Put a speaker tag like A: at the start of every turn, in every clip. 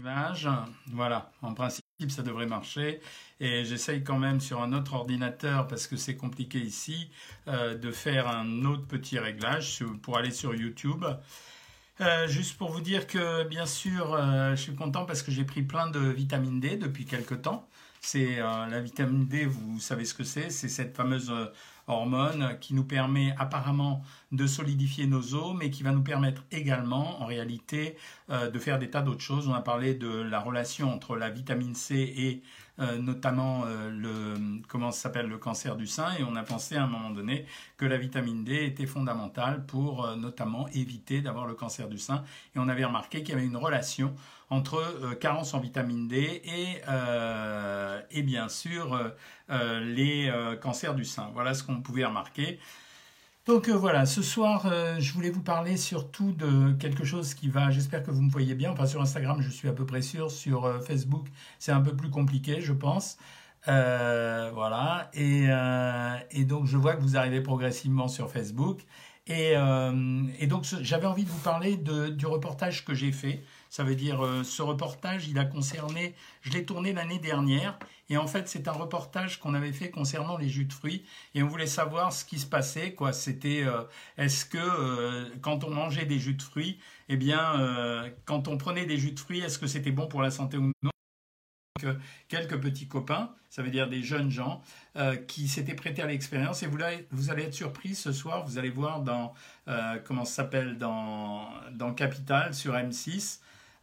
A: Réglages. Voilà, en principe, ça devrait marcher. Et j'essaye quand même sur un autre ordinateur, parce que c'est compliqué ici, de faire un autre petit réglage pour aller sur YouTube. Juste pour vous dire que, bien sûr, je suis content parce que j'ai pris plein de vitamine D depuis quelque temps. C'est la vitamine D, vous savez ce que c'est cette fameuse hormone qui nous permet apparemment de solidifier nos os, mais qui va nous permettre également, en réalité, de faire des tas d'autres choses. On a parlé de la relation entre la vitamine C et notamment comment ça s'appelle, le cancer du sein, et on a pensé à un moment donné que la vitamine D était fondamentale pour notamment éviter d'avoir le cancer du sein, et on avait remarqué qu'il y avait une relation entre carence en vitamine D et bien sûr les cancers du sein. Voilà ce qu'on pouvait remarquer. Donc voilà, ce soir, je voulais vous parler surtout de quelque chose qui va, j'espère que vous me voyez bien, enfin sur Instagram je suis à peu près sûr, sur Facebook c'est un peu plus compliqué je pense. Voilà, et donc je vois que vous arrivez progressivement sur Facebook. Et donc j'avais envie de vous parler du reportage que j'ai fait. Ça veut dire, ce reportage, il a concerné, je l'ai tourné l'année dernière, et en fait c'est un reportage qu'on avait fait concernant les jus de fruits, et on voulait savoir ce qui se passait, quoi. C'était, est-ce que quand on mangeait des jus de fruits, eh bien, quand on prenait des jus de fruits, est-ce que c'était bon pour la santé ou non? Quelques petits copains, ça veut dire des jeunes gens qui s'étaient prêtés à l'expérience, et vous allez être surpris ce soir, vous allez voir dans, comment ça s'appelle, dans Capital sur M6.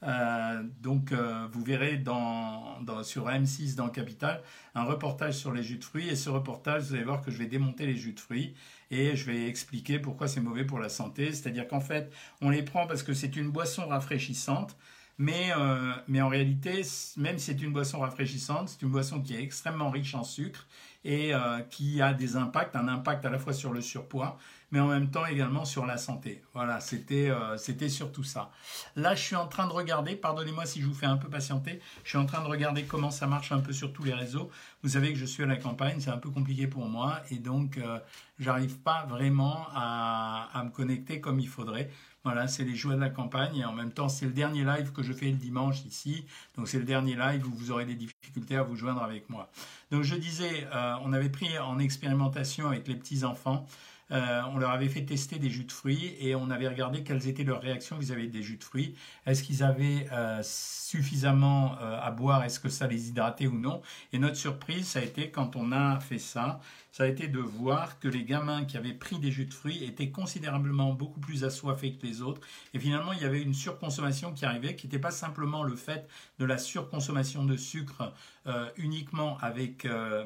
A: Vous verrez sur M6 dans Capital un reportage sur les jus de fruits, et ce reportage vous allez voir que je vais démonter les jus de fruits et je vais expliquer pourquoi c'est mauvais pour la santé. C'est-à-dire qu'en fait on les prend parce que c'est une boisson rafraîchissante, mais en réalité, même si c'est une boisson rafraîchissante, c'est une boisson qui est extrêmement riche en sucre et qui a un impact à la fois sur le surpoids, mais en même temps également sur la santé. Voilà, c'était surtout ça. Là, je suis en train de regarder, pardonnez-moi si je vous fais un peu patienter, je suis en train de regarder comment ça marche un peu sur tous les réseaux. Vous savez que je suis à la campagne, c'est un peu compliqué pour moi, et donc j'arrive pas vraiment à me connecter comme il faudrait. Voilà, c'est les joies de la campagne, et en même temps c'est le dernier live que je fais le dimanche ici, donc c'est le dernier live où vous aurez des difficultés à vous joindre avec moi. Donc je disais, on avait pris en expérimentation avec les petits enfants, on leur avait fait tester des jus de fruits et on avait regardé quelles étaient leurs réactions vis-à-vis des jus de fruits. Est-ce qu'ils avaient suffisamment à boire, est-ce que ça les hydratait ou non? Et notre surprise, ça a été, quand on a fait ça, ça a été de voir que les gamins qui avaient pris des jus de fruits étaient considérablement beaucoup plus assoiffés que les autres. Et finalement, il y avait une surconsommation qui arrivait, qui n'était pas simplement le fait de la surconsommation de sucre uniquement avec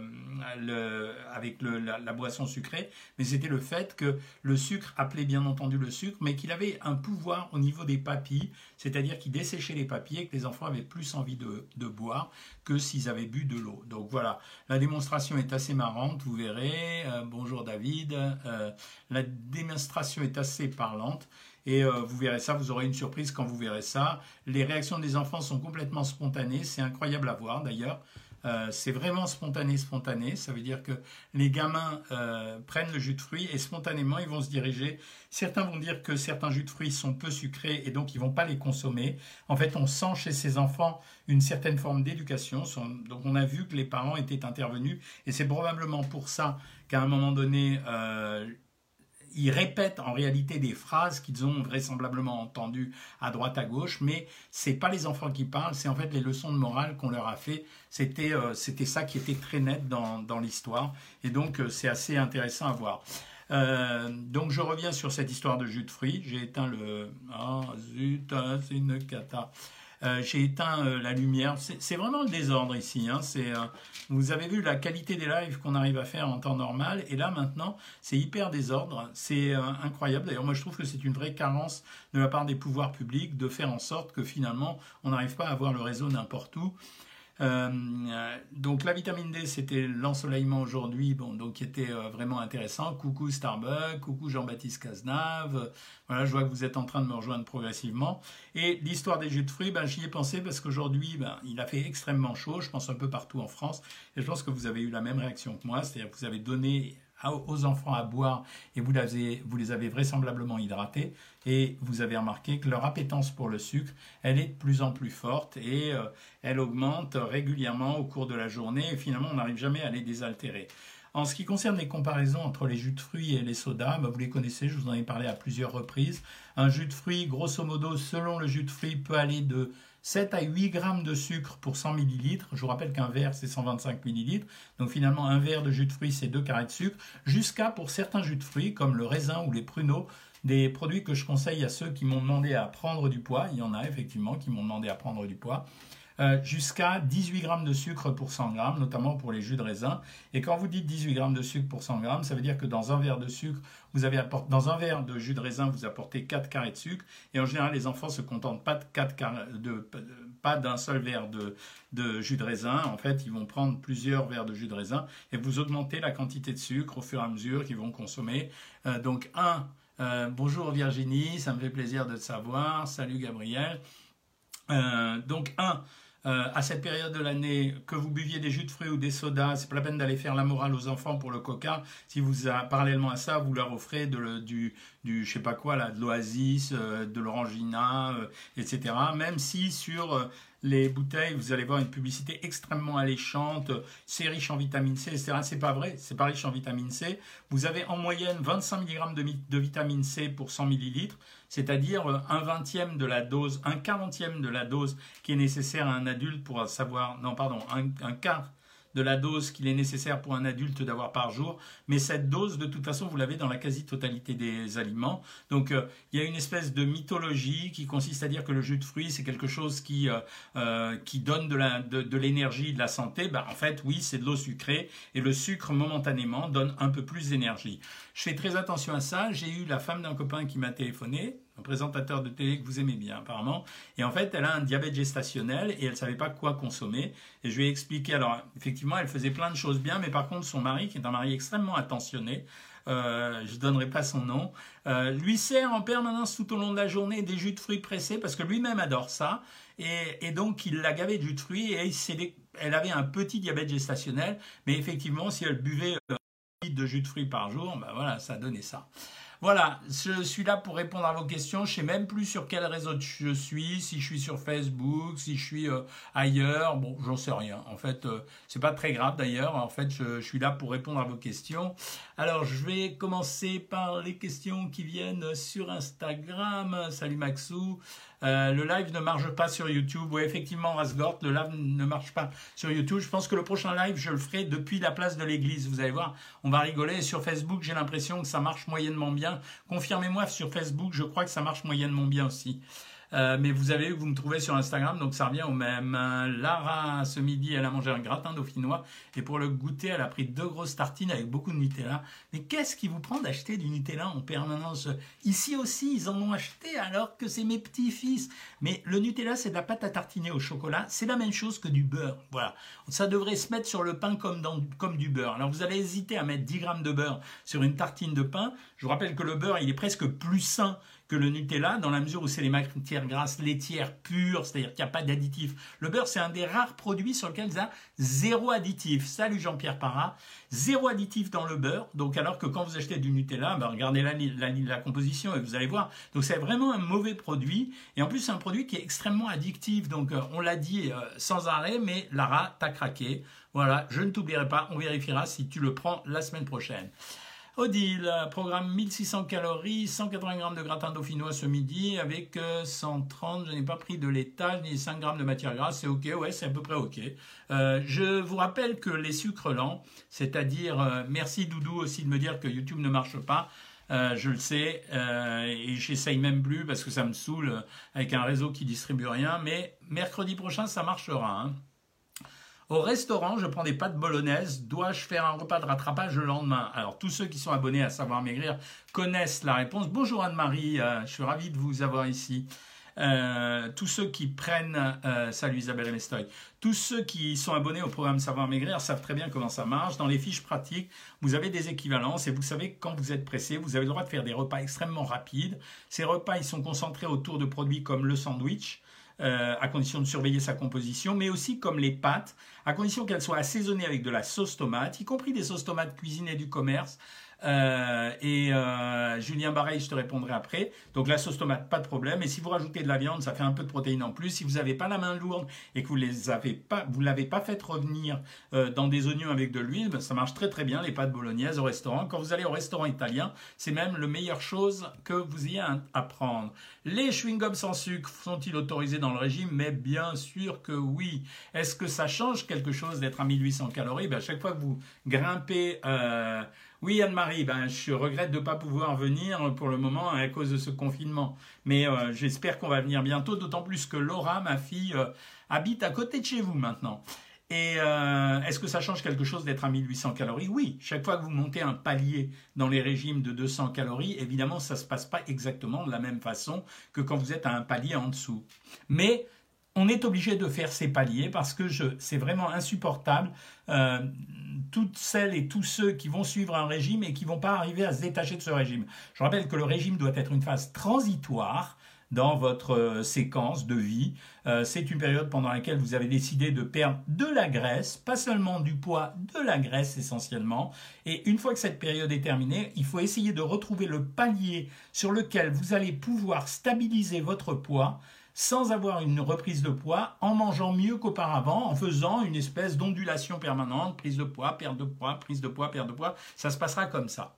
A: la boisson sucrée, mais c'était le fait que le sucre appelait bien entendu le sucre, mais qu'il avait un pouvoir au niveau des papilles, c'est-à-dire qu'il desséchait les papilles et que les enfants avaient plus envie de boire que s'ils avaient bu de l'eau. Donc voilà, la démonstration est assez marrante, vous verrez. Bonjour David. La démonstration est assez parlante. Et vous verrez ça, vous aurez une surprise quand vous verrez ça. Les réactions des enfants sont complètement spontanées, c'est incroyable à voir d'ailleurs. C'est vraiment spontané. Ça veut dire que les gamins prennent le jus de fruits et spontanément ils vont se diriger. Certains vont dire que certains jus de fruits sont peu sucrés et donc ils ne vont pas les consommer. En fait, on sent chez ces enfants une certaine forme d'éducation. Donc on a vu que les parents étaient intervenus, et c'est probablement pour ça qu'à un moment donné, ils répètent en réalité des phrases qu'ils ont vraisemblablement entendues à droite à gauche, mais c'est pas les enfants qui parlent, c'est en fait les leçons de morale qu'on leur a fait. C'était ça qui était très net dans l'histoire, et donc c'est assez intéressant à voir. Donc je reviens sur cette histoire de jus de fruits. J'ai éteint zut, c'est une cata. J'ai éteint la lumière. C'est vraiment le désordre ici. Hein. Vous avez vu la qualité des lives qu'on arrive à faire en temps normal. Et là, maintenant, c'est hyper désordre. C'est incroyable. D'ailleurs, moi, je trouve que c'est une vraie carence de la part des pouvoirs publics de faire en sorte que finalement, on n'arrive pas à avoir le réseau n'importe où. Donc la vitamine D, c'était l'ensoleillement aujourd'hui, donc qui était vraiment intéressant. Coucou Starbucks, coucou Jean-Baptiste Cazenave. Voilà, je vois que vous êtes en train de me rejoindre progressivement. Et l'histoire des jus de fruits, j'y ai pensé parce qu'aujourd'hui, il a fait extrêmement chaud, je pense un peu partout en France, et je pense que vous avez eu la même réaction que moi, c'est-à-dire que vous avez donné aux enfants à boire et vous les avez vraisemblablement hydratés et vous avez remarqué que leur appétence pour le sucre, elle est de plus en plus forte et elle augmente régulièrement au cours de la journée et finalement on n'arrive jamais à les désaltérer. En ce qui concerne les comparaisons entre les jus de fruits et les sodas, vous les connaissez, je vous en ai parlé à plusieurs reprises. Un jus de fruits, grosso modo, selon le jus de fruits, peut aller de 7 à 8 grammes de sucre pour 100 millilitres. Je vous rappelle qu'un verre, c'est 125 millilitres. Donc finalement, un verre de jus de fruits, c'est 2 carrés de sucre. Jusqu'à, pour certains jus de fruits, comme le raisin ou les pruneaux, des produits que je conseille à ceux qui m'ont demandé à prendre du poids. Il y en a effectivement qui m'ont demandé à prendre du poids. Jusqu'à 18 grammes de sucre pour 100 grammes, notamment pour les jus de raisin. Et quand vous dites 18 grammes de sucre pour 100 grammes, ça veut dire que dans un verre de sucre, dans un verre de jus de raisin, vous apportez 4 carrés de sucre. Et en général, les enfants ne se contentent pas pas d'un seul verre de jus de raisin. En fait, ils vont prendre plusieurs verres de jus de raisin et vous augmentez la quantité de sucre au fur et à mesure qu'ils vont consommer. Bonjour Virginie, ça me fait plaisir de te savoir. Salut Gabriel. À cette période de l'année, que vous buviez des jus de fruits ou des sodas, c'est pas la peine d'aller faire la morale aux enfants pour le coca. Si parallèlement à ça, vous leur offrez je sais pas quoi là, de l'Oasis, de l'Orangina, etc. Même si sur les bouteilles, vous allez voir une publicité extrêmement alléchante, c'est riche en vitamine C, etc. C'est pas vrai, c'est pas riche en vitamine C. Vous avez en moyenne 25 mg de vitamine C pour 100 ml, c'est-à-dire un 20e de la dose, un 40e de la dose qui est nécessaire à un adulte pour savoir, non pardon, un quart de la dose qu'il est nécessaire pour un adulte d'avoir par jour, mais cette dose, de toute façon, vous l'avez dans la quasi-totalité des aliments. Donc, il y a une espèce de mythologie qui consiste à dire que le jus de fruits, c'est quelque chose qui donne de l'énergie, de la santé. En fait, oui, c'est de l'eau sucrée, et le sucre, momentanément, donne un peu plus d'énergie. Je fais très attention à ça. J'ai eu la femme d'un copain qui m'a téléphoné, un présentateur de télé que vous aimez bien apparemment, et en fait elle a un diabète gestationnel et elle ne savait pas quoi consommer, et je lui ai expliqué, alors effectivement elle faisait plein de choses bien, mais par contre son mari, qui est un mari extrêmement attentionné, je ne donnerai pas son nom, lui sert en permanence tout au long de la journée des jus de fruits pressés, parce que lui-même adore ça, et donc il l'a gavé de jus de fruits, et elle avait un petit diabète gestationnel, mais effectivement si elle buvait un litre de jus de fruits par jour, voilà, ça donnait ça. Voilà, je suis là pour répondre à vos questions. Je ne sais même plus sur quel réseau je suis, si je suis sur Facebook, si je suis ailleurs. Bon, j'en sais rien. En fait, c'est pas très grave d'ailleurs. En fait, je suis là pour répondre à vos questions. Alors, je vais commencer par les questions qui viennent sur Instagram. Salut Maxou. Le live ne marche pas sur YouTube. Oui, effectivement, Rasgort, le live ne marche pas sur YouTube. Je pense que le prochain live, je le ferai depuis la place de l'église. Vous allez voir, on va rigoler. Sur Facebook, j'ai l'impression que ça marche moyennement bien. Confirmez-moi sur Facebook, je crois que ça marche moyennement bien aussi. Mais vous avez vu que vous me trouvez sur Instagram, donc ça revient au même. Lara, ce midi, elle a mangé un gratin dauphinois et pour le goûter, elle a pris 2 grosses tartines avec beaucoup de Nutella. Mais qu'est-ce qui vous prend d'acheter du Nutella en permanence? Ici aussi, ils en ont acheté alors que c'est mes petits-fils. Mais le Nutella, c'est de la pâte à tartiner au chocolat. C'est la même chose que du beurre. Voilà. Ça devrait se mettre sur le pain comme du beurre. Alors vous allez hésiter à mettre 10 grammes de beurre sur une tartine de pain. Je vous rappelle que le beurre, il est presque plus sain que le Nutella, dans la mesure où c'est les matières grasses laitières pures, c'est-à-dire qu'il n'y a pas d'additifs. Le beurre, c'est un des rares produits sur lesquels il y a 0 additif. Salut Jean-Pierre Parra. 0 additif dans le beurre. Donc, alors que quand vous achetez du Nutella, regardez la composition et vous allez voir. Donc, c'est vraiment un mauvais produit. Et en plus, c'est un produit qui est extrêmement addictif. Donc, on l'a dit sans arrêt, mais Lara, t'as craqué. Voilà, je ne t'oublierai pas. On vérifiera si tu le prends la semaine prochaine. Odile, programme 1600 calories, 180 grammes de gratin dauphinois ce midi avec 130, je n'ai pas pris de laitage ni 5 grammes de matière grasse, c'est ok, ouais, c'est à peu près ok. Je vous rappelle que les sucres lents, c'est-à-dire, merci Doudou aussi de me dire que YouTube ne marche pas, je le sais, et j'essaye même plus parce que ça me saoule avec un réseau qui distribue rien, mais mercredi prochain ça marchera, hein. Au restaurant, je prends des pâtes bolognaises. Dois-je faire un repas de rattrapage le lendemain? Alors, tous ceux qui sont abonnés à Savoir Maigrir connaissent la réponse. Bonjour Anne-Marie, je suis ravi de vous avoir ici. Tous ceux qui prennent... salut Isabelle Mestoy. Tous ceux qui sont abonnés au programme Savoir Maigrir savent très bien comment ça marche. Dans les fiches pratiques, vous avez des équivalences et vous savez que quand vous êtes pressé, vous avez le droit de faire des repas extrêmement rapides. Ces repas, ils sont concentrés autour de produits comme le sandwich. à condition de surveiller sa composition, mais aussi comme les pâtes, à condition qu'elles soient assaisonnées avec de la sauce tomate, y compris des sauces tomates cuisinées du commerce. Julien Barreil, je te répondrai après. Donc la sauce tomate, pas de problème. Et si vous rajoutez de la viande, ça fait un peu de protéines en plus. Si vous n'avez pas la main lourde et que vous l'avez pas fait revenir dans des oignons avec de l'huile, ben, ça marche très très bien les pâtes bolognaises au restaurant. Quand vous allez au restaurant italien, c'est même la meilleure chose que vous ayez à prendre. Les chewing-gums sans sucre sont-ils autorisés dans le régime? Mais bien sûr que oui. Est-ce que ça change quelque chose d'être à 1800 calories? Ben, à chaque fois que vous grimpez... Oui, Anne-Marie, ben, je regrette de ne pas pouvoir venir pour le moment à cause de ce confinement. Mais j'espère qu'on va venir bientôt, d'autant plus que Laura, ma fille, habite à côté de chez vous maintenant. Et est-ce que ça change quelque chose d'être à 1800 calories? Oui, chaque fois que vous montez un palier dans les régimes de 200 calories, évidemment, ça ne se passe pas exactement de la même façon que quand vous êtes à un palier en dessous. Mais on est obligé de faire ces paliers parce que c'est vraiment insupportable. Toutes celles et tous ceux qui vont suivre un régime et qui ne vont pas arriver à se détacher de ce régime. Je rappelle que le régime doit être une phase transitoire dans votre séquence de vie. C'est une période pendant laquelle vous avez décidé de perdre de la graisse, pas seulement du poids, de la graisse essentiellement. Et une fois que cette période est terminée, il faut essayer de retrouver le palier sur lequel vous allez pouvoir stabiliser votre poids sans avoir une reprise de poids, en mangeant mieux qu'auparavant, en faisant une espèce d'ondulation permanente, prise de poids, perte de poids, prise de poids, perte de poids. Ça se passera comme ça.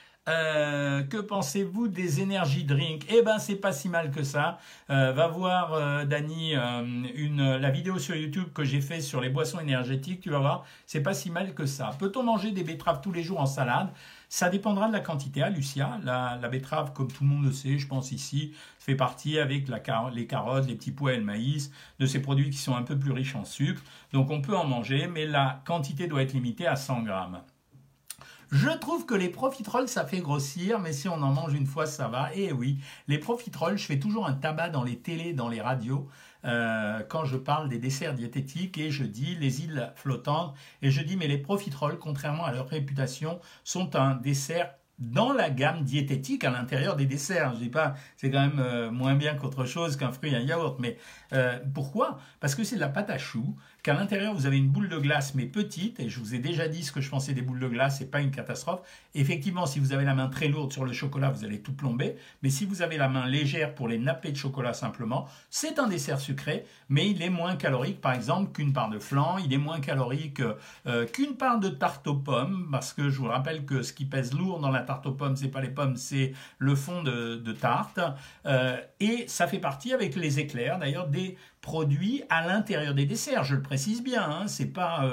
A: Que pensez-vous des energy drinks? Eh ben, c'est pas si mal que ça. Va voir, Dani, la vidéo sur YouTube que j'ai fait sur les boissons énergétiques. Tu vas voir, c'est pas si mal que ça. Peut-on manger des betteraves tous les jours en salade? Ça dépendra de la quantité. Lucia, la betterave, comme tout le monde le sait, je pense ici, fait partie avec les carottes, les petits pois et le maïs, de ces produits qui sont un peu plus riches en sucre. Donc on peut en manger, mais la quantité doit être limitée à 100 grammes. Je trouve que les profiteroles, ça fait grossir, mais si on en mange une fois, ça va. Et oui, les profiteroles, je fais toujours un tabac dans les télés, dans les radios, quand je parle des desserts diététiques, et je dis les îles flottantes, et je dis, mais les profiteroles, contrairement à leur réputation, sont un dessert dans la gamme diététique à l'intérieur des desserts. Je dis pas, c'est quand même moins bien qu'autre chose qu'un fruit et un yaourt, mais pourquoi? Parce que c'est de la pâte à choux, qu'à l'intérieur vous avez une boule de glace mais petite, et je vous ai déjà dit ce que je pensais des boules de glace, c'est pas une catastrophe. Effectivement, si vous avez la main très lourde sur le chocolat, vous allez tout plomber, mais si vous avez la main légère pour les nappés de chocolat simplement, c'est un dessert sucré, mais il est moins calorique par exemple qu'une part de flan, il est moins calorique qu'une part de tarte aux pommes, parce que je vous rappelle que ce qui pèse lourd dans la tarte aux pommes, c'est pas les pommes, c'est le fond de tarte, et ça fait partie avec les éclairs d'ailleurs des produits à l'intérieur des desserts, je le précise bien, hein, c'est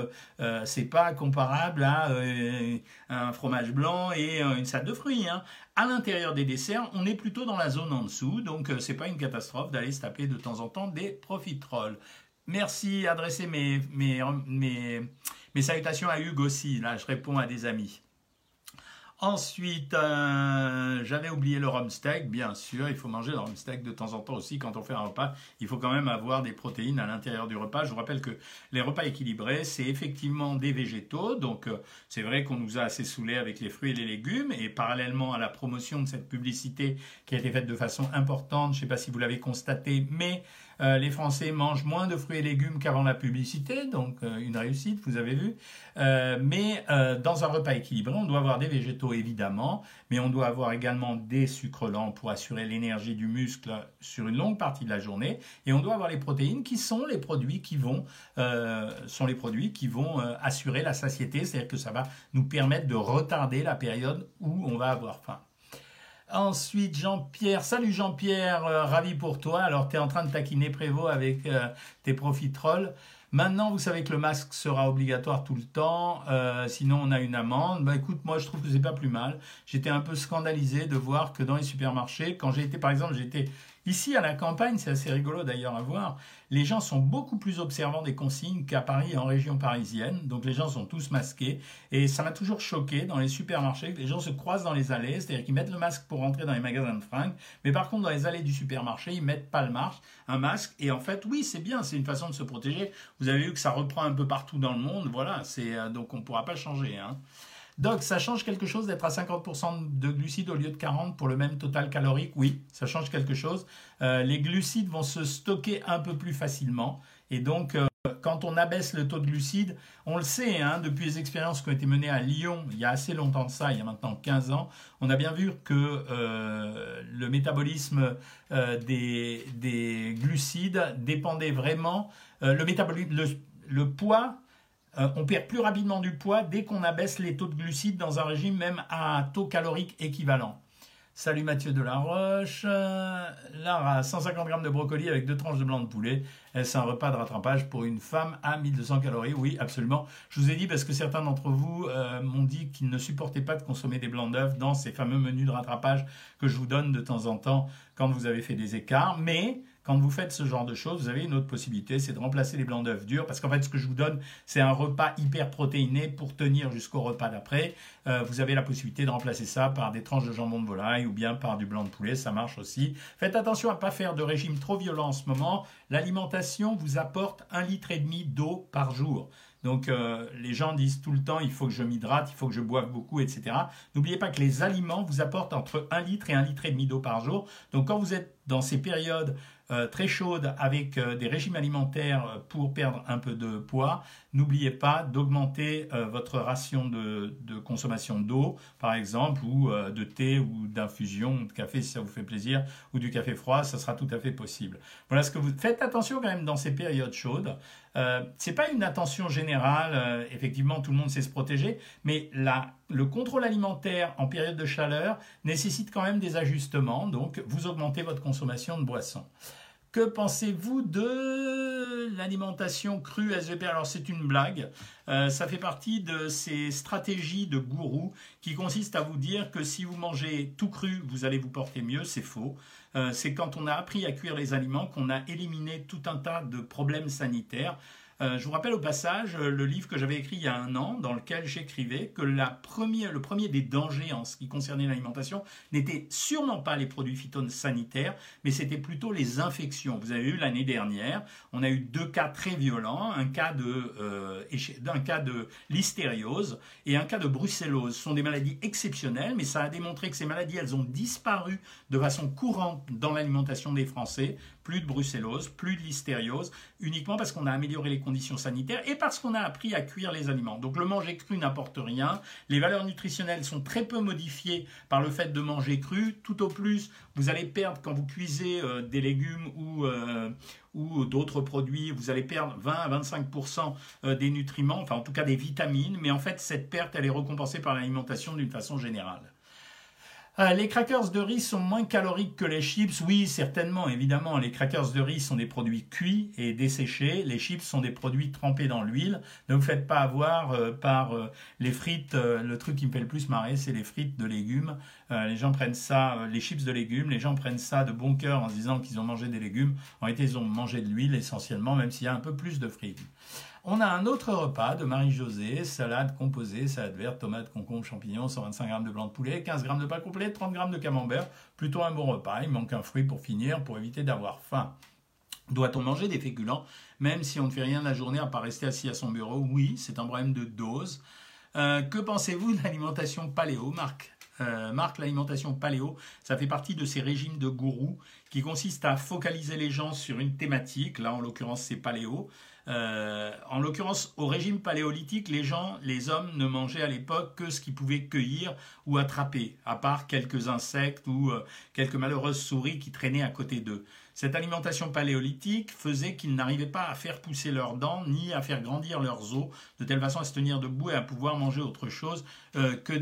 A: pas comparable à un fromage blanc et une salade de fruits. Hein. À l'intérieur des desserts, on est plutôt dans la zone en dessous, donc c'est pas une catastrophe d'aller se taper de temps en temps des profiteroles. Merci, adressez mes salutations à Hugues aussi, là je réponds à des amis. Ensuite, j'avais oublié le rhum steak, bien sûr, il faut manger le rhum steak de temps en temps aussi quand on fait un repas. Il faut quand même avoir des protéines à l'intérieur du repas. Je vous rappelle que les repas équilibrés, c'est effectivement des végétaux. Donc, c'est vrai qu'on nous a assez saoulés avec les fruits et les légumes. Et parallèlement à la promotion de cette publicité qui a été faite de façon importante, je ne sais pas si vous l'avez constaté, mais les Français mangent moins de fruits et légumes qu'avant la publicité, donc une réussite, vous avez vu. Mais dans un repas équilibré, on doit avoir des végétaux évidemment, mais on doit avoir également des sucres lents pour assurer l'énergie du muscle sur une longue partie de la journée, et on doit avoir les protéines qui sont les produits qui vont assurer la satiété, c'est-à-dire que ça va nous permettre de retarder la période où on va avoir faim. Ensuite, Jean-Pierre. Salut Jean-Pierre, ravi pour toi. Alors, tu es en train de taquiner Prévost avec tes profiteroles. Maintenant, vous savez que le masque sera obligatoire tout le temps, sinon on a une amende. Bah écoute, moi je trouve que c'est pas plus mal. J'étais un peu scandalisé de voir que dans les supermarchés, quand j'ai été, par exemple, ici à la campagne, c'est assez rigolo d'ailleurs à voir, les gens sont beaucoup plus observants des consignes qu'à Paris et en région parisienne, donc les gens sont tous masqués, et ça m'a toujours choqué dans les supermarchés que les gens se croisent dans les allées, c'est-à-dire qu'ils mettent le masque pour rentrer dans les magasins de fringues, mais par contre dans les allées du supermarché, ils mettent pas un masque, et en fait, oui, c'est bien, c'est une façon de se protéger. Vous avez vu que ça reprend un peu partout dans le monde, voilà, donc on ne pourra pas changer, hein. Doc, ça change quelque chose d'être à 50% de glucides au lieu de 40 pour le même total calorique? Oui, ça change quelque chose. Les glucides vont se stocker un peu plus facilement. Et donc, quand on abaisse le taux de glucides, on le sait, hein, depuis les expériences qui ont été menées à Lyon, il y a assez longtemps de ça, il y a maintenant 15 ans, on a bien vu que le métabolisme des glucides dépendait vraiment, le poids, on perd plus rapidement du poids dès qu'on abaisse les taux de glucides dans un régime même à taux calorique équivalent. Salut Mathieu Delaroche. Lara, 150 grammes de brocoli avec 2 tranches de blanc de poulet. Est-ce un repas de rattrapage pour une femme à 1200 calories? Oui, absolument. Je vous ai dit parce que certains d'entre vous m'ont dit qu'ils ne supportaient pas de consommer des blancs d'œufs dans ces fameux menus de rattrapage que je vous donne de temps en temps quand vous avez fait des écarts. Mais quand vous faites ce genre de choses, vous avez une autre possibilité, c'est de remplacer les blancs d'œufs durs, parce qu'en fait, ce que je vous donne, c'est un repas hyper protéiné pour tenir jusqu'au repas d'après. Vous avez la possibilité de remplacer ça par des tranches de jambon de volaille ou bien par du blanc de poulet, ça marche aussi. Faites attention à ne pas faire de régime trop violent en ce moment. L'alimentation vous apporte 1,5 litre d'eau par jour. Donc les gens disent tout le temps, il faut que je m'hydrate, il faut que je boive beaucoup, etc. N'oubliez pas que les aliments vous apportent entre 1 litre et 1,5 litre d'eau par jour. Donc quand vous êtes dans ces périodes très chaudes avec des régimes alimentaires pour perdre un peu de poids, n'oubliez pas d'augmenter votre ration de consommation d'eau, par exemple, ou de thé ou d'infusion, de café si ça vous fait plaisir, ou du café froid, ça sera tout à fait possible. Voilà ce que vous faites attention quand même dans ces périodes chaudes. C'est pas une attention générale, effectivement tout le monde sait se protéger, mais le contrôle alimentaire en période de chaleur nécessite quand même des ajustements, donc vous augmentez votre consommation de boissons. Que pensez-vous de l'alimentation crue SVP? Alors c'est une blague, ça fait partie de ces stratégies de gourous qui consistent à vous dire que si vous mangez tout cru, vous allez vous porter mieux, c'est faux. C'est quand on a appris à cuire les aliments qu'on a éliminé tout un tas de problèmes sanitaires. Je vous rappelle au passage le livre que j'avais écrit il y a 1 an dans lequel j'écrivais que le premier des dangers en ce qui concernait l'alimentation n'était sûrement pas les produits phytosanitaires, mais c'était plutôt les infections. Vous avez vu l'année dernière, on a eu 2 cas très violents, un cas de listériose et un cas de brucellose. Ce sont des maladies exceptionnelles, mais ça a démontré que ces maladies, elles ont disparu de façon courante dans l'alimentation des Français. Plus de brucellose, plus de listériose, uniquement parce qu'on a amélioré les conditions sanitaires et parce qu'on a appris à cuire les aliments. Donc le manger cru n'apporte rien. Les valeurs nutritionnelles sont très peu modifiées par le fait de manger cru. Tout au plus, vous allez perdre quand vous cuisez des légumes ou d'autres produits, vous allez perdre 20 à 25% des nutriments, enfin en tout cas des vitamines, mais en fait cette perte elle est récompensée par l'alimentation d'une façon générale. Les crackers de riz sont moins caloriques que les chips. Oui, certainement, évidemment. Les crackers de riz sont des produits cuits et desséchés. Les chips sont des produits trempés dans l'huile. Ne vous faites pas avoir par les frites. Le truc qui me fait le plus marrer, c'est les frites de légumes. Les gens prennent ça, les chips de légumes, les gens prennent ça de bon cœur en se disant qu'ils ont mangé des légumes. En réalité, ils ont mangé de l'huile essentiellement, même s'il y a un peu plus de frites. On a un autre repas de Marie-Josée, salade composée, salade verte, tomates, concombres, champignons, 125 g de blanc de poulet, 15 g de pain complet, 30 g de camembert. Plutôt un bon repas, il manque un fruit pour finir, pour éviter d'avoir faim. Doit-on manger des féculents, même si on ne fait rien la journée à part rester assis à son bureau? Oui, c'est un problème de dose. Que pensez-vous de l'alimentation paléo, Marc? Marc, l'alimentation paléo, ça fait partie de ces régimes de gourous qui consistent à focaliser les gens sur une thématique. Là, en l'occurrence, c'est paléo. En l'occurrence, au régime paléolithique, les hommes ne mangeaient à l'époque que ce qu'ils pouvaient cueillir ou attraper, à part quelques insectes ou quelques malheureuses souris qui traînaient à côté d'eux. Cette alimentation paléolithique faisait qu'ils n'arrivaient pas à faire pousser leurs dents ni à faire grandir leurs os, de telle façon à se tenir debout et à pouvoir manger autre chose que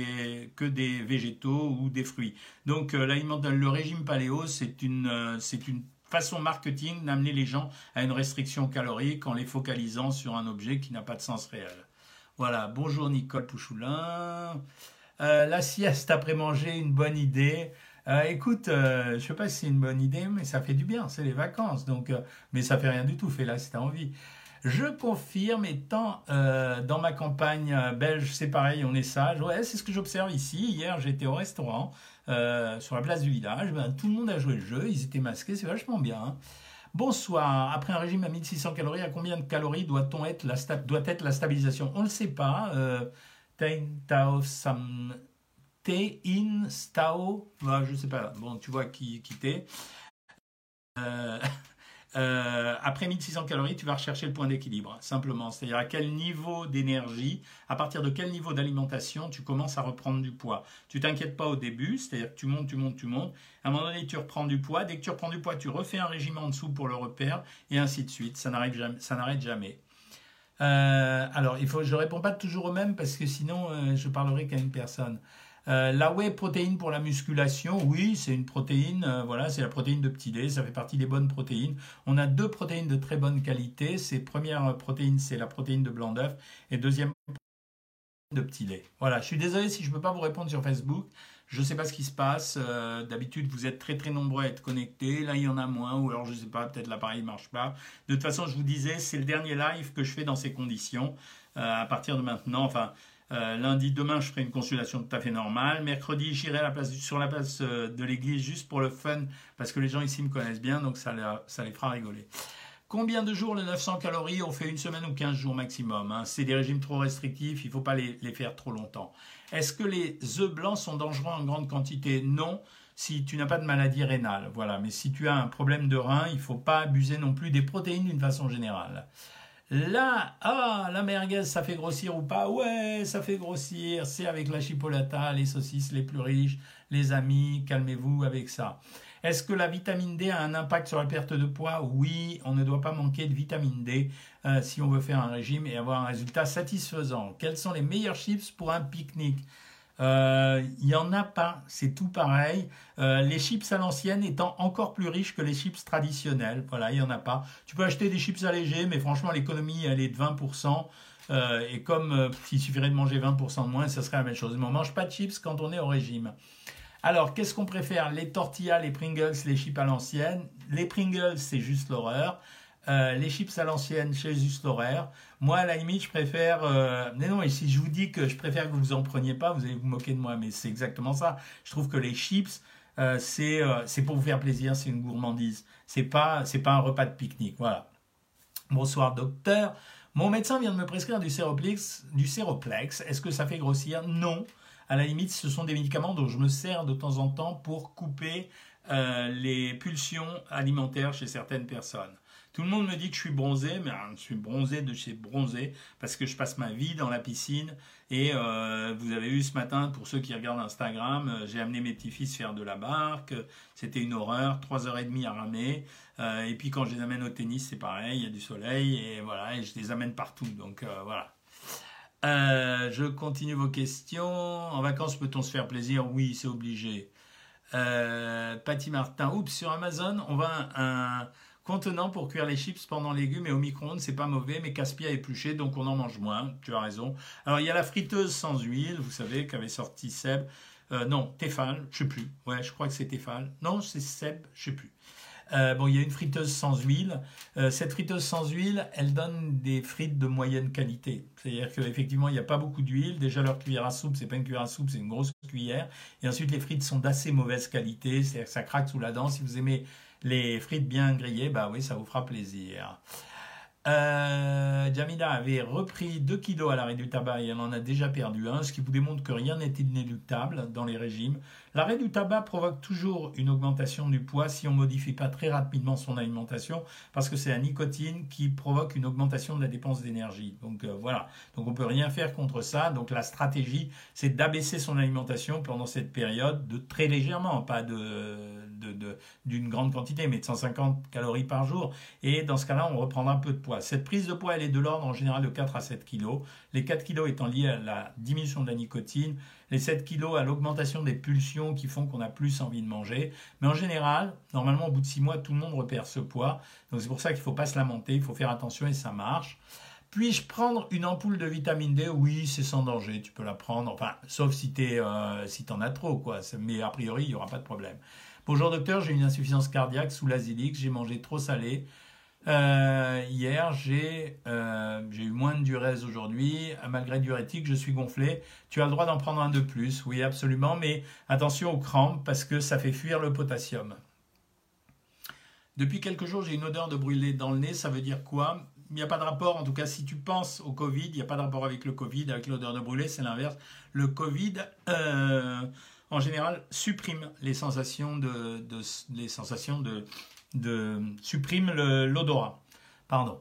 A: des végétaux ou des fruits. Donc le régime paléo, c'est une façon marketing d'amener les gens à une restriction calorique en les focalisant sur un objet qui n'a pas de sens réel. Voilà, bonjour Nicole Pouchoulin. La sieste après manger, une bonne idée. Écoute, je ne sais pas si c'est une bonne idée, mais ça fait du bien, c'est les vacances. Donc, mais ça fait rien du tout, fais-la si tu as envie. Je confirme, étant dans ma campagne belge, c'est pareil, on est sage. Ouais, c'est ce que j'observe ici. Hier, j'étais au restaurant sur la place du village. Ben, tout le monde a joué le jeu, ils étaient masqués, c'est vachement bien. Hein. Bonsoir. Après un régime à 1600 calories, à combien de calories doit être la stabilisation? On ne le sait pas. Tein, Tao, Sam, Tein, Stao, je sais pas, bon, tu vois qui t'es. Euh, après 1600 calories, tu vas rechercher le point d'équilibre, simplement. C'est-à-dire à quel niveau d'énergie, à partir de quel niveau d'alimentation tu commences à reprendre du poids. Tu t'inquiètes pas au début, c'est-à-dire que tu montes, tu montes, tu montes. À un moment donné, tu reprends du poids. Dès que tu reprends du poids, tu refais un régime en dessous pour le repère, et ainsi de suite. Ça n'arrive jamais, ça n'arrête jamais. Alors, je ne réponds pas toujours au même parce que sinon, je parlerai qu'à une personne. La whey protéine pour la musculation, oui, c'est une protéine, voilà, c'est la protéine de petit lait, ça fait partie des bonnes protéines. On a deux protéines de très bonne qualité. Première protéine, c'est la protéine de blanc d'œuf, et deuxième de petit lait. Voilà, je suis désolé si je ne peux pas vous répondre sur Facebook. Je ne sais pas ce qui se passe. D'habitude, vous êtes très très nombreux à être connectés. Là, il y en a moins, ou alors je ne sais pas, peut-être l'appareil ne marche pas. De toute façon, je vous disais, c'est le dernier live que je fais dans ces conditions. À partir de maintenant, enfin, lundi, demain, je ferai une consultation tout à fait normale. Mercredi, j'irai sur la place de l'église juste pour le fun, parce que les gens ici me connaissent bien, donc ça les fera rigoler. Combien de jours les 900 calories? On fait une semaine ou 15 jours maximum, hein. C'est des régimes trop restrictifs, il ne faut pas les faire trop longtemps. Est-ce que les œufs blancs sont dangereux en grande quantité? Non, si tu n'as pas de maladie rénale. Voilà. Mais si tu as un problème de rein, il ne faut pas abuser non plus des protéines d'une façon générale. Là, la merguez, ça fait grossir ou pas? Ouais, ça fait grossir. C'est avec la chipolata, les saucisses les plus riches. Les amis, calmez-vous avec ça. Est-ce que la vitamine D a un impact sur la perte de poids? Oui, on ne doit pas manquer de vitamine D si on veut faire un régime et avoir un résultat satisfaisant. Quels sont les meilleurs chips pour un pique-nique? Il n'y en a pas, c'est tout pareil. Les chips à l'ancienne étant encore plus riches que les chips traditionnels. Voilà, il n'y en a pas. Tu peux acheter des chips allégés, mais franchement, l'économie, elle est de 20%. Et comme il suffirait de manger 20% de moins, ça serait la même chose. Mais on ne mange pas de chips quand on est au régime. Alors, qu'est-ce qu'on préfère? Les tortillas, les Pringles, les chips à l'ancienne? Les Pringles, c'est juste l'horreur. Les chips à l'ancienne, c'est juste l'horreur. Moi, à la limite, je préfère... Mais non, et si je vous dis que je préfère que vous en preniez pas, vous allez vous moquer de moi, mais c'est exactement ça. Je trouve que les chips, c'est pour vous faire plaisir, c'est une gourmandise. C'est pas un repas de pique-nique, voilà. Bonsoir, docteur. Mon médecin vient de me prescrire du Séroplex. Est-ce que ça fait grossir? Non. À la limite, ce sont des médicaments dont je me sers de temps en temps pour couper les pulsions alimentaires chez certaines personnes. Tout le monde me dit que je suis bronzé, mais je suis bronzé de chez bronzé parce que je passe ma vie dans la piscine. Et vous avez vu ce matin, pour ceux qui regardent Instagram, j'ai amené mes petits-fils faire de la barque. C'était une horreur, 3h30 à ramer. Et puis quand je les amène au tennis, c'est pareil, il y a du soleil et voilà, et je les amène partout. Donc voilà. Je continue vos questions. En vacances, peut-on se faire plaisir? Oui, c'est obligé. Patty Martin, oups, sur Amazon, on voit un contenant pour cuire les chips pendant légumes et au micro-ondes, c'est pas mauvais, mais casse-pied à éplucher, donc on en mange moins. Tu as raison. Alors, il y a la friteuse sans huile, vous savez, qu'avait sorti Seb. Non, Tefal, je sais plus. Ouais, je crois que c'est Tefal. Non, c'est Seb, je sais plus. Bon, il y a une friteuse sans huile. Cette friteuse sans huile, elle donne des frites de moyenne qualité. C'est-à-dire qu'effectivement, il n'y a pas beaucoup d'huile. Déjà, leur cuillère à soupe, c'est pas une cuillère à soupe, c'est une grosse cuillère. Et ensuite, les frites sont d'assez mauvaise qualité. C'est-à-dire que ça craque sous la dent. Si vous aimez les frites bien grillées, bah oui, ça vous fera plaisir. Jamila avait repris 2 kilos à l'arrêt du tabac et elle en a déjà perdu 1, ce qui vous démontre que rien n'est inéluctable dans les régimes. L'arrêt du tabac provoque toujours une augmentation du poids si on ne modifie pas très rapidement son alimentation, parce que c'est la nicotine qui provoque une augmentation de la dépense d'énergie. Donc voilà, donc on ne peut rien faire contre ça. Donc la stratégie, c'est d'abaisser son alimentation pendant cette période, de très légèrement, pas d'une grande quantité, mais de 150 calories par jour. Et dans ce cas-là, on reprendra un peu de poids. Cette prise de poids, elle est de l'ordre en général de 4 à 7 kilos. Les 4 kilos étant liés à la diminution de la nicotine, les 7 kilos à l'augmentation des pulsions qui font qu'on a plus envie de manger. Mais en général, normalement, au bout de 6 mois, tout le monde repère ce poids. Donc c'est pour ça qu'il ne faut pas se lamenter, il faut faire attention et ça marche. Puis-je prendre une ampoule de vitamine D? Oui, c'est sans danger, tu peux la prendre. Enfin, sauf si t'en as trop, quoi. Mais a priori, il n'y aura pas de problème. Bonjour docteur, j'ai une insuffisance cardiaque sous l'azélix, j'ai mangé trop salé. Hier, j'ai eu moins de diurèse aujourd'hui. Malgré diurétique, je suis gonflé. Tu as le droit d'en prendre un de plus, oui, absolument, mais attention aux crampes parce que ça fait fuir le potassium. Depuis quelques jours, j'ai une odeur de brûlé dans le nez, ça veut dire quoi? il n'y a pas de rapport. En tout cas, si tu penses au Covid, il n'y a pas de rapport avec le Covid, avec l'odeur de brûlé, c'est l'inverse. Le Covid, en général, supprime les sensations supprime l'odorat. Pardon.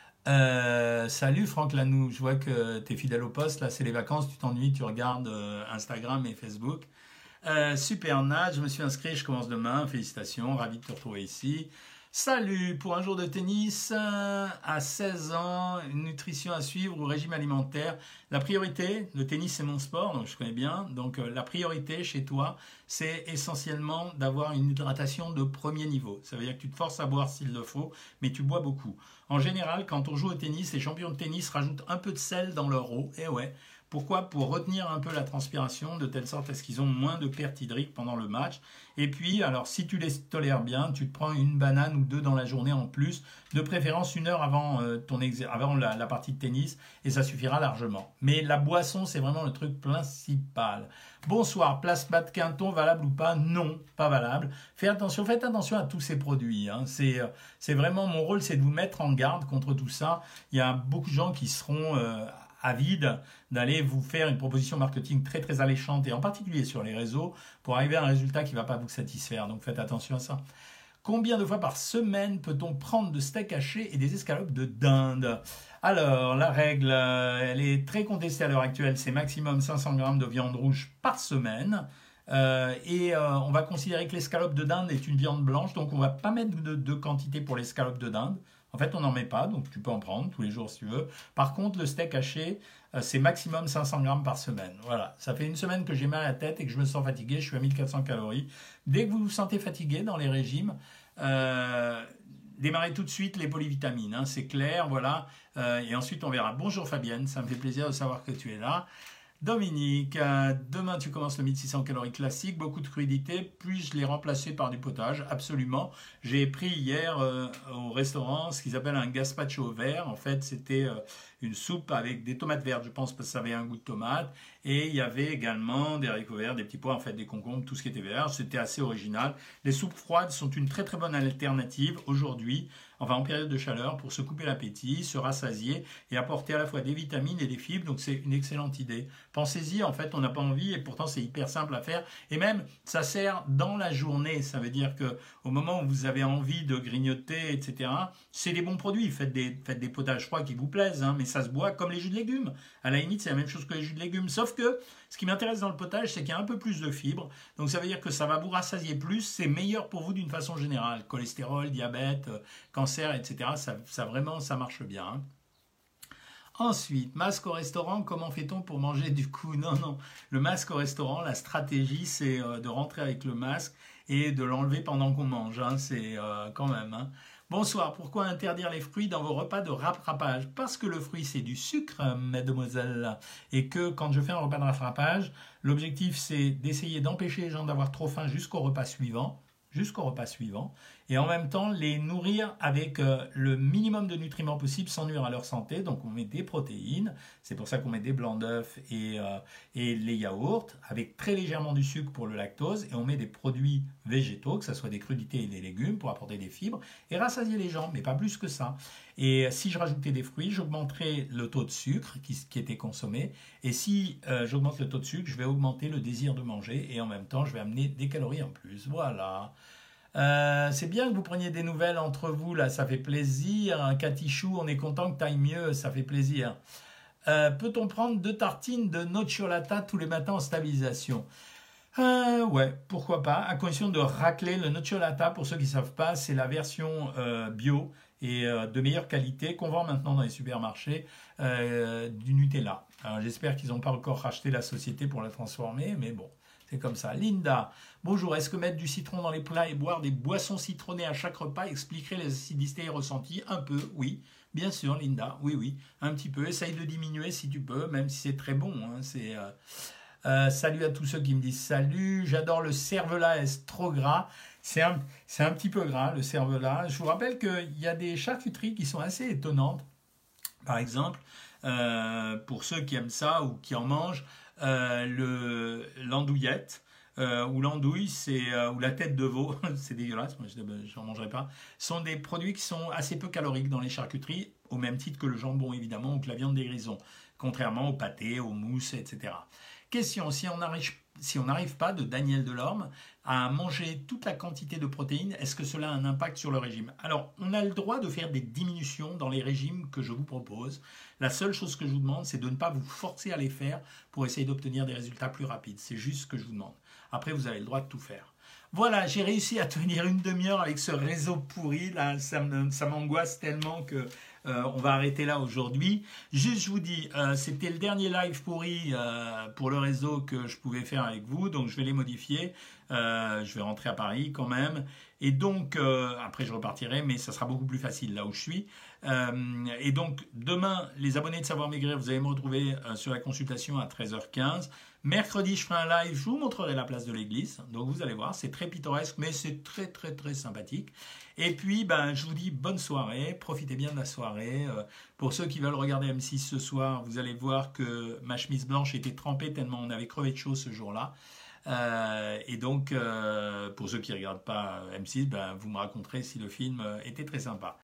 A: Salut Franck Lanoux, je vois que tu es fidèle au poste, là c'est les vacances, tu t'ennuies, tu regardes Instagram et Facebook. Super Nat, je me suis inscrit, je commence demain, félicitations, ravi de te retrouver ici. Salut, pour un jour de tennis à 16 ans, une nutrition à suivre ou régime alimentaire. La priorité, le tennis c'est mon sport, donc je connais bien, donc la priorité chez toi, c'est essentiellement d'avoir une hydratation de premier niveau. Ça veut dire que tu te forces à boire s'il le faut, mais tu bois beaucoup. En général, quand on joue au tennis, les champions de tennis rajoutent un peu de sel dans leur eau, et ouais. Pourquoi? Pour retenir un peu la transpiration, de telle sorte à ce qu'ils ont moins de perte hydrique pendant le match. Et puis, alors si tu les tolères bien, tu te prends une banane ou deux dans la journée en plus, de préférence 1 heure avant, avant la partie de tennis, et ça suffira largement. Mais la boisson, c'est vraiment le truc principal. Bonsoir, place Bas de Quinton, valable ou pas? Non, pas valable. Faites attention à tous ces produits. Hein. C'est vraiment mon rôle, c'est de vous mettre en garde contre tout ça. Il y a beaucoup de gens qui seront avides d'aller vous faire une proposition marketing très très alléchante et en particulier sur les réseaux pour arriver à un résultat qui ne va pas vous satisfaire. Donc faites attention à ça. Combien de fois par semaine peut-on prendre de steak haché et des escalopes de dinde? Alors, la règle, elle est très contestée à l'heure actuelle, c'est maximum 500 grammes de viande rouge par semaine. On va considérer que l'escalope de dinde est une viande blanche, donc on ne va pas mettre de quantité pour l'escalope de dinde. En fait, on n'en met pas, donc tu peux en prendre tous les jours si tu veux. Par contre, le steak haché, c'est maximum 500 grammes par semaine. Voilà, ça fait une semaine que j'ai mal à la tête et que je me sens fatigué, je suis à 1400 calories. Dès que vous vous sentez fatigué dans les régimes, démarrez tout de suite les polyvitamines, hein, c'est clair, voilà. Et ensuite, on verra. Bonjour Fabienne, ça me fait plaisir de savoir que tu es là. Dominique, demain tu commences le 1600 calories classique, beaucoup de crudités, puis-je les remplacer par du potage? Absolument. J'ai pris hier au restaurant ce qu'ils appellent un gazpacho vert. En fait, c'était une soupe avec des tomates vertes, je pense, parce que ça avait un goût de tomate. Et il y avait également des haricots verts, des petits pois, en fait, des concombres, tout ce qui était vert. C'était assez original. Les soupes froides sont une très très bonne alternative aujourd'hui, enfin en période de chaleur, pour se couper l'appétit, se rassasier et apporter à la fois des vitamines et des fibres. Donc c'est une excellente idée. Pensez-y, en fait, on n'a pas envie et pourtant c'est hyper simple à faire. Et même, ça sert dans la journée. Ça veut dire qu'au moment où vous avez envie de grignoter, etc., c'est des bons produits. Faites des potages froids qui vous plaisent, hein, mais ça se boit comme les jus de légumes. À la limite, c'est la même chose que les jus de légumes. Sauf que ce qui m'intéresse dans le potage, c'est qu'il y a un peu plus de fibres. Donc ça veut dire que ça va vous rassasier plus. C'est meilleur pour vous d'une façon générale. Cholestérol, diabète, cancer, etc. Ça marche bien. Hein. Ensuite, masque au restaurant, comment fait-on pour manger du coup? Non. Le masque au restaurant, la stratégie, c'est de rentrer avec le masque et de l'enlever pendant qu'on mange. Hein. C'est quand même... Hein. Bonsoir, pourquoi interdire les fruits dans vos repas de rattrapage? Parce que le fruit, c'est du sucre, mademoiselle. Et que quand je fais un repas de rattrapage, l'objectif, c'est d'essayer d'empêcher les gens d'avoir trop faim jusqu'au repas suivant. Et en même temps les nourrir avec le minimum de nutriments possible sans nuire à leur santé. Donc on met des protéines, c'est pour ça qu'on met des blancs d'œufs et les yaourts, avec très légèrement du sucre pour le lactose, et on met des produits végétaux, que ce soit des crudités et des légumes, pour apporter des fibres, et rassasier les gens, mais pas plus que ça. Et si je rajoutais des fruits, j'augmenterais le taux de sucre qui était consommé, et si j'augmente le taux de sucre, je vais augmenter le désir de manger, et en même temps je vais amener des calories en plus. Voilà. C'est bien que vous preniez des nouvelles entre vous, là, ça fait plaisir. Catichou, on est content que tu ailles mieux, ça fait plaisir. Peut-on prendre 2 tartines de nocciolata tous les matins en stabilisation? Ouais, pourquoi pas, à condition de racler. Le nocciolata, pour ceux qui ne savent pas, c'est la version bio et de meilleure qualité qu'on vend maintenant dans les supermarchés du Nutella. Alors, j'espère qu'ils n'ont pas encore racheté la société pour la transformer, mais bon. C'est comme ça. Linda, bonjour. Est-ce que mettre du citron dans les plats et boire des boissons citronnées à chaque repas expliquerait les acidités ressenties? Un peu, oui. Bien sûr, Linda. Oui. Un petit peu. Essaye de diminuer si tu peux, même si c'est très bon. Hein. Salut à tous ceux qui me disent salut. J'adore le cervelas, est trop gras? C'est un petit peu gras, le cervelas. Je vous rappelle qu'il y a des charcuteries qui sont assez étonnantes. Par exemple, pour ceux qui aiment ça ou qui en mangent, l'andouillette ou l'andouille, ou la tête de veau, c'est dégueulasse, moi je n'en mangerai pas, sont des produits qui sont assez peu caloriques dans les charcuteries, au même titre que le jambon évidemment ou que la viande des grisons, contrairement au pâté, aux mousses, etc. Question, si on n'arrive pas, de Daniel Delorme, à manger toute la quantité de protéines, est-ce que cela a un impact sur le régime? Alors, on a le droit de faire des diminutions dans les régimes que je vous propose. La seule chose que je vous demande, c'est de ne pas vous forcer à les faire pour essayer d'obtenir des résultats plus rapides. C'est juste ce que je vous demande. Après, vous avez le droit de tout faire. Voilà, j'ai réussi à tenir une demi-heure avec ce réseau pourri. Là, ça m'angoisse tellement que on va arrêter là aujourd'hui. Juste, je vous dis, c'était le dernier live pourri pour le réseau que je pouvais faire avec vous, donc je vais les modifier. Je vais rentrer à Paris quand même. Et donc, après, je repartirai, mais ça sera beaucoup plus facile là où je suis. Et donc, demain, les abonnés de Savoir Maigrir, vous allez me retrouver sur la consultation à 13h15. Mercredi, je ferai un live, je vous montrerai la place de l'église. Donc, vous allez voir, c'est très pittoresque, mais c'est très, très, très sympathique. Et puis, ben, je vous dis bonne soirée, profitez bien de la soirée. Pour ceux qui veulent regarder M6 ce soir, vous allez voir que ma chemise blanche était trempée tellement on avait crevé de chaud ce jour-là. Et donc, pour ceux qui ne regardent pas M6, ben, vous me raconterez si le film était très sympa.